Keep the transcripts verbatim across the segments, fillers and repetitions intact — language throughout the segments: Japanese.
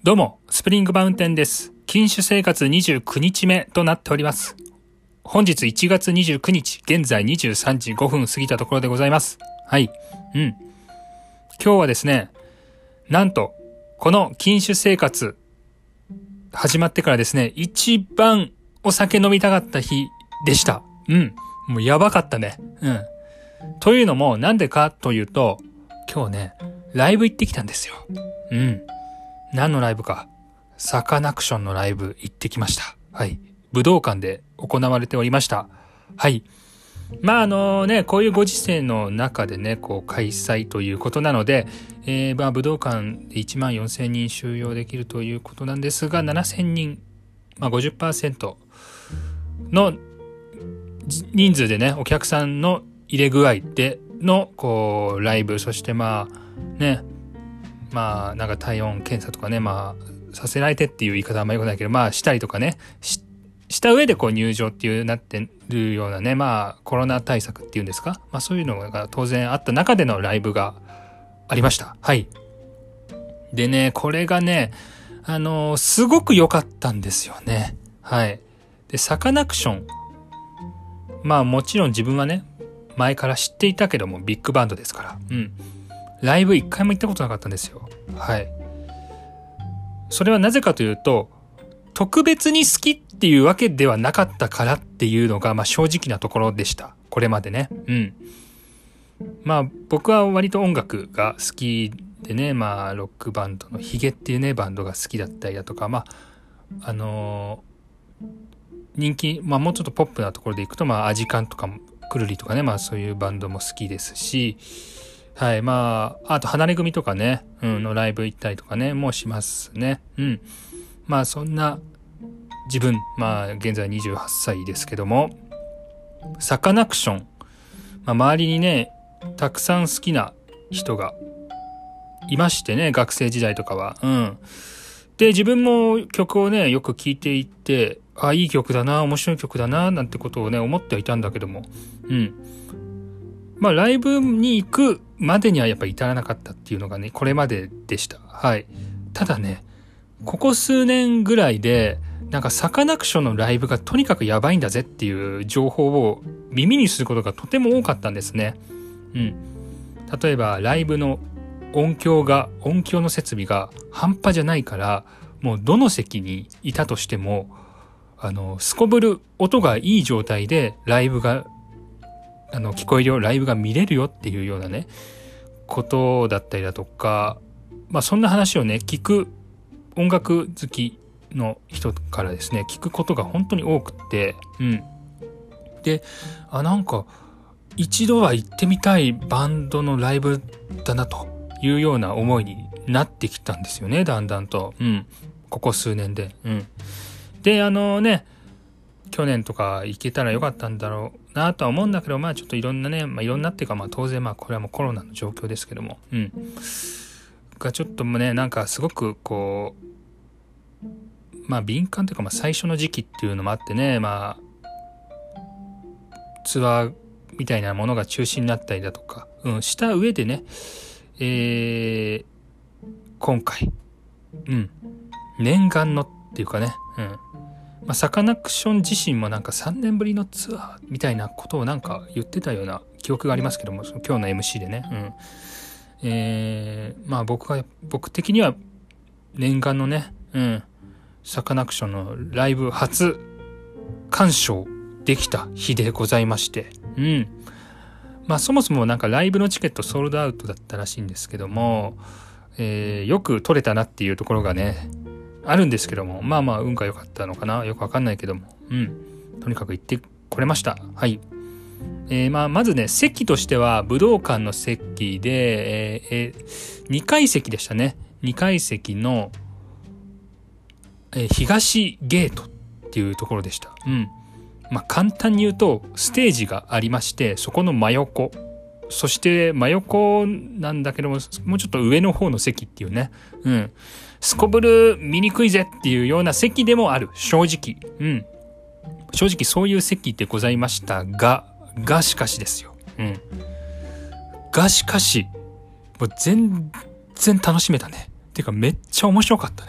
どうも、スプリングマウンテンです。禁酒生活にじゅうくにちめとなっております。本日いちがつにじゅうくにち、現在にじゅうさんじごふん過ぎたところでございます。はい。うん。今日はですね、なんと、この禁酒生活、始まってからですね、一番お酒飲みたかった日でした。うん。もうやばかったね。うん。というのも、なんでかというと、今日ね、ライブ行ってきたんですよ。うん。何のライブか。サカナクションのライブ行ってきました。はい。武道館で行われておりました。はい。まああのね、こういうご時世の中でね、こう開催ということなので、えー、まあ武道館でいちまんよんせんにん収容できるということなんですが、ななせんにん、まあ ごじゅっパーセント の人数でね、お客さんの入れ具合での、こう、ライブ、そしてまあ、ね、まあなんか体温検査とかね、まあさせられてっていう言い方はあんまり良くないけど、まあしたりとかね し, した上でこう入場っていうなってるようなね、まあコロナ対策っていうんですか、まあそういうのが当然あった中でのライブがありました。はい。でね、これがね、あのー、すごく良かったんですよね。はい。で、サカナクション、まあもちろん自分はね前から知っていたけども、ビッグバンドですから、うん。ライブ一回も行ったことなかったんですよ。はい。それはなぜかというと、特別に好きっていうわけではなかったからっていうのが、まあ正直なところでした。これまでね。うん。まあ僕は割と音楽が好きでね、まあロックバンドのヒゲっていうね、バンドが好きだったりだとか、まあ、あのー、人気、まあもうちょっとポップなところでいくと、まあアジカンとかくるりとかね、まあそういうバンドも好きですし、はい。まあ、あと、離れ組とかね、うん、のライブ行ったりとかね、もうしますね。うん。まあ、そんな、自分、まあ、現在にじゅうはっさいですけども、サカナクション、まあ、周りにね、たくさん好きな人がいましてね、学生時代とかは。うん。で、自分も曲をね、よく聴いていって、あ、いい曲だな、面白い曲だな、なんてことをね、思ってはいたんだけども、うん。まあライブに行くまでにはやっぱり至らなかったっていうのがね、これまででした。はい。ただね、ここ数年ぐらいで、なんかサカナクションのライブがとにかくやばいんだぜっていう情報を耳にすることがとても多かったんですね。うん。例えばライブの音響が、音響の設備が半端じゃないから、もうどの席にいたとしても、あの、すこぶる音がいい状態でライブがあの聞こえるよ、ライブが見れるよっていうようなねことだったりだとか、まあそんな話をね聞く、音楽好きの人からですね聞くことが本当に多くって、うん。で、あ、なんか一度は行ってみたいバンドのライブだなというような思いになってきたんですよね、だんだんと。うん。ここ数年で。うん。で、あのね、去年とか行けたらよかったんだろうなとは思うんだけど、まあちょっといろんなね、まあいろんなっていうか、まあ当然まあこれはもうコロナの状況ですけども、うん。がちょっともね、なんかすごくこう、まあ敏感というか、まあ最初の時期っていうのもあってね、まあ、ツアーみたいなものが中止になったりだとか、うん、した上でね、えー、今回、うん、念願のっていうかね、うん。まあ、サカナクション自身もなんかさんねんぶりのツアーみたいなことをなんか言ってたような記憶がありますけども、その今日の エムシー でね、うん。えー、まあ僕が、僕的には念願のね、うん、サカナクションのライブ初鑑賞できた日でございまして、うん。まあそもそもなんかライブのチケットソールドアウトだったらしいんですけども、えー、よく取れたなっていうところがね、あるんですけども、まあまあ運が良かったのかな、よくわかんないけども、うん、とにかく行ってこれました。はい。えー、まあまずね、席としては武道館の席で、えーえー、にかい席でしたね。にかい席の、えー、東ゲートっていうところでした。うん。まあ簡単に言うとステージがありまして、そこの真横、そして真横なんだけども、もうちょっと上の方の席っていうね、うん。すこぶる見にくいぜっていうような席でもある、正直。うん。正直そういう席でございましたが、がしかしですよ。うん。がしかし、もう全然楽しめたね。てかめっちゃ面白かったね。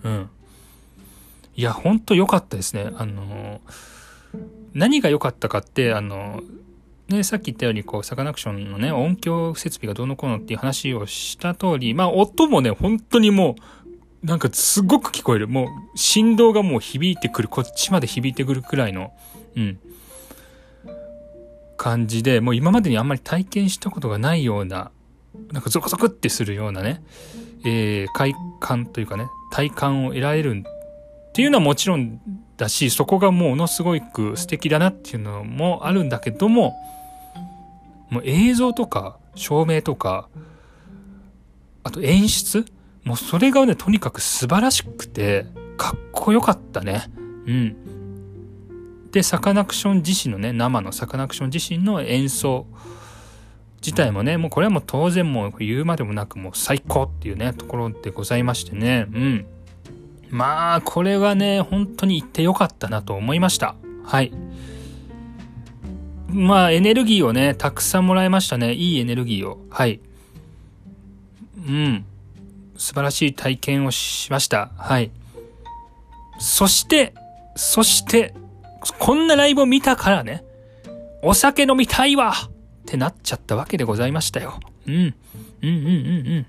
うん。いや、ほんと良かったですね。あの、何が良かったかって、あの、ね、さっき言ったように、こう、サカナクションのね、音響設備がどうのこうのっていう話をした通り、まあ、音もね、本当にもう、なんかすごく聞こえる。もう、振動がもう響いてくる。こっちまで響いてくるくらいの、うん。感じで、もう今までにあんまり体験したことがないような、なんかゾクゾクってするようなね、えー、快感というかね、体感を得られるっていうのはもちろんだし、そこがものすごく素敵だなっていうのもあるんだけども、もう映像とか照明とか、あと演出、もうそれがね、とにかく素晴らしくて、かっこよかったね。うん。で、サカナクション自身のね、生のサカナクション自身の演奏自体もね、もうこれはもう当然もう言うまでもなくもう最高っていうね、ところでございましてね。うん。まあ、これはね、本当に行ってよかったなと思いました。はい。まあ、エネルギーをね、たくさんもらいましたね。いいエネルギーを。はい。うん。素晴らしい体験をしました。はい。そして、そして、こんなライブを見たからね、お酒飲みたいわってなっちゃったわけでございましたよ。うん。うんうんうんうん。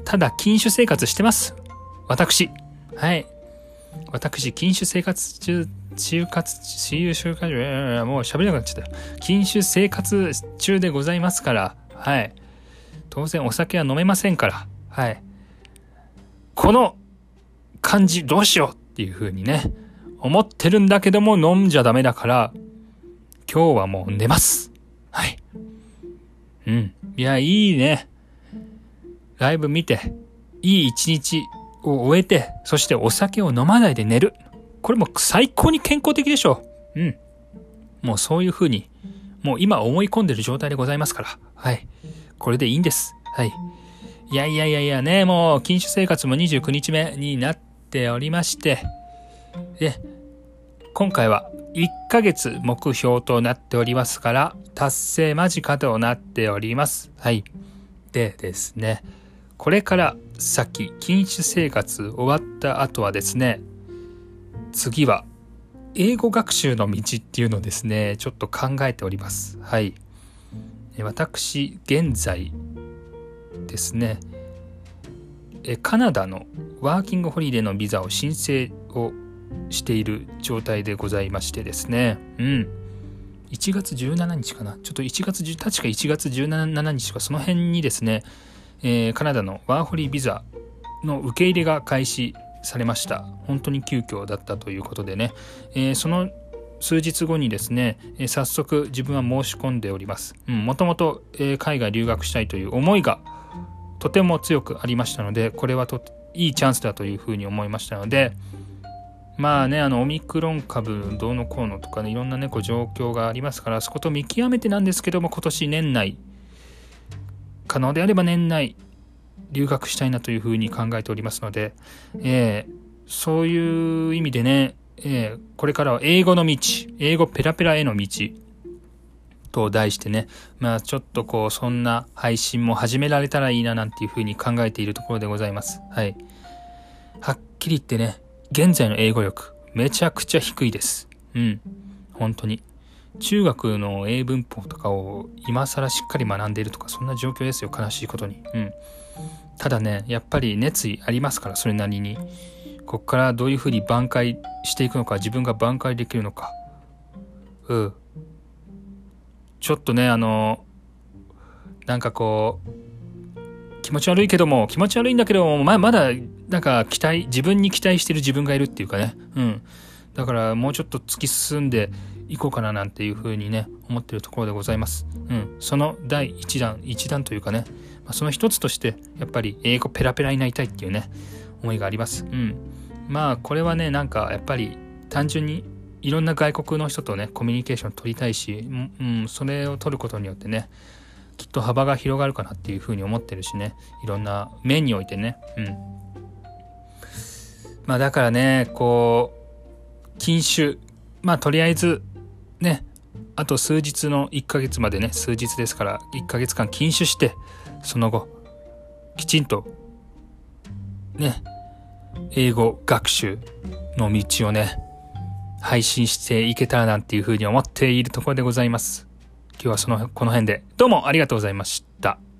ただ、禁酒生活してます。私。はい。私、禁酒生活中、就活、就活中、もう喋れなくなっちゃったよ。禁酒生活中でございますから、はい。当然お酒は飲めませんから、はい。この感じどうしようっていう風にね、思ってるんだけども飲んじゃダメだから、今日はもう寝ます。はい。うん。いや、いいね。ライブ見て、いい一日を終えて、そしてお酒を飲まないで寝る。これも最高に健康的でしょう。うん。もうそういう風に、もう今思い込んでる状態でございますから。はい。これでいいんです。はい。いやいやいやいやね、もう禁酒生活もにじゅうくにちめになっておりまして、で、今回はいっかげつ目標となっておりますから、達成間近となっております。はい。でですね、これから先、禁酒生活終わった後はですね、次は英語学習の道っていうのをですね、ちょっと考えております。はい。私、現在ですね、カナダのワーキングホリデーのビザを申請をしている状態でございましてですね、うん。いちがつじゅうしちにちかな。ちょっといちがつ、確かいちがつじゅうしちにちとかその辺にですね、えー、カナダのワーホリビザの受け入れが開始されました。本当に急遽だったということでね、えー、その数日後にですね、えー、早速自分は申し込んでおります。うん、もともと、えー、海外留学したいという思いがとても強くありましたので、これはといいチャンスだというふうに思いましたので、まあね、あのオミクロン株どうのこうのとかね、いろんなねこう状況がありますから、そこと見極めてなんですけども、今年年内可能であれば年内留学したいなというふうに考えておりますので、えー、そういう意味でね、えー、これからは英語の道、英語ペラペラへの道と題してね、まあちょっとこうそんな配信も始められたらいいななんていうふうに考えているところでございます。はい。はっきり言ってね、現在の英語力めちゃくちゃ低いです。うん、本当に中学の英文法とかを今更しっかり学んでいるとか、そんな状況ですよ、悲しいことに。うん。ただね、やっぱり熱意ありますから、それなりに。こっからどういうふうに挽回していくのか、自分が挽回できるのか。うん。ちょっとね、あの、なんかこう、気持ち悪いけども、気持ち悪いんだけども、まあ、まだ、なんか期待、自分に期待してる自分がいるっていうかね。うん。だからもうちょっと突き進んでいこうかななんていうふうにね、思ってるところでございます。うん。その第一弾、一弾というかね、まあ、その一つとして、やっぱり英語ペラペラになりたいっていうね、思いがあります。うん。まあ、これはね、なんかやっぱり単純にいろんな外国の人とね、コミュニケーション取りたいし、うん、それを取ることによってね、きっと幅が広がるかなっていうふうに思ってるしね、いろんな面においてね、うん。まあだからね、こう、禁酒、まあとりあえずね、あと数日のいっかげつまでね、数日ですからいっかげつかん禁酒して、その後きちんとね、 英語学習の道をね、配信していけたらなんていうふうに思っているところでございます。今日はその、この辺で、どうもありがとうございました。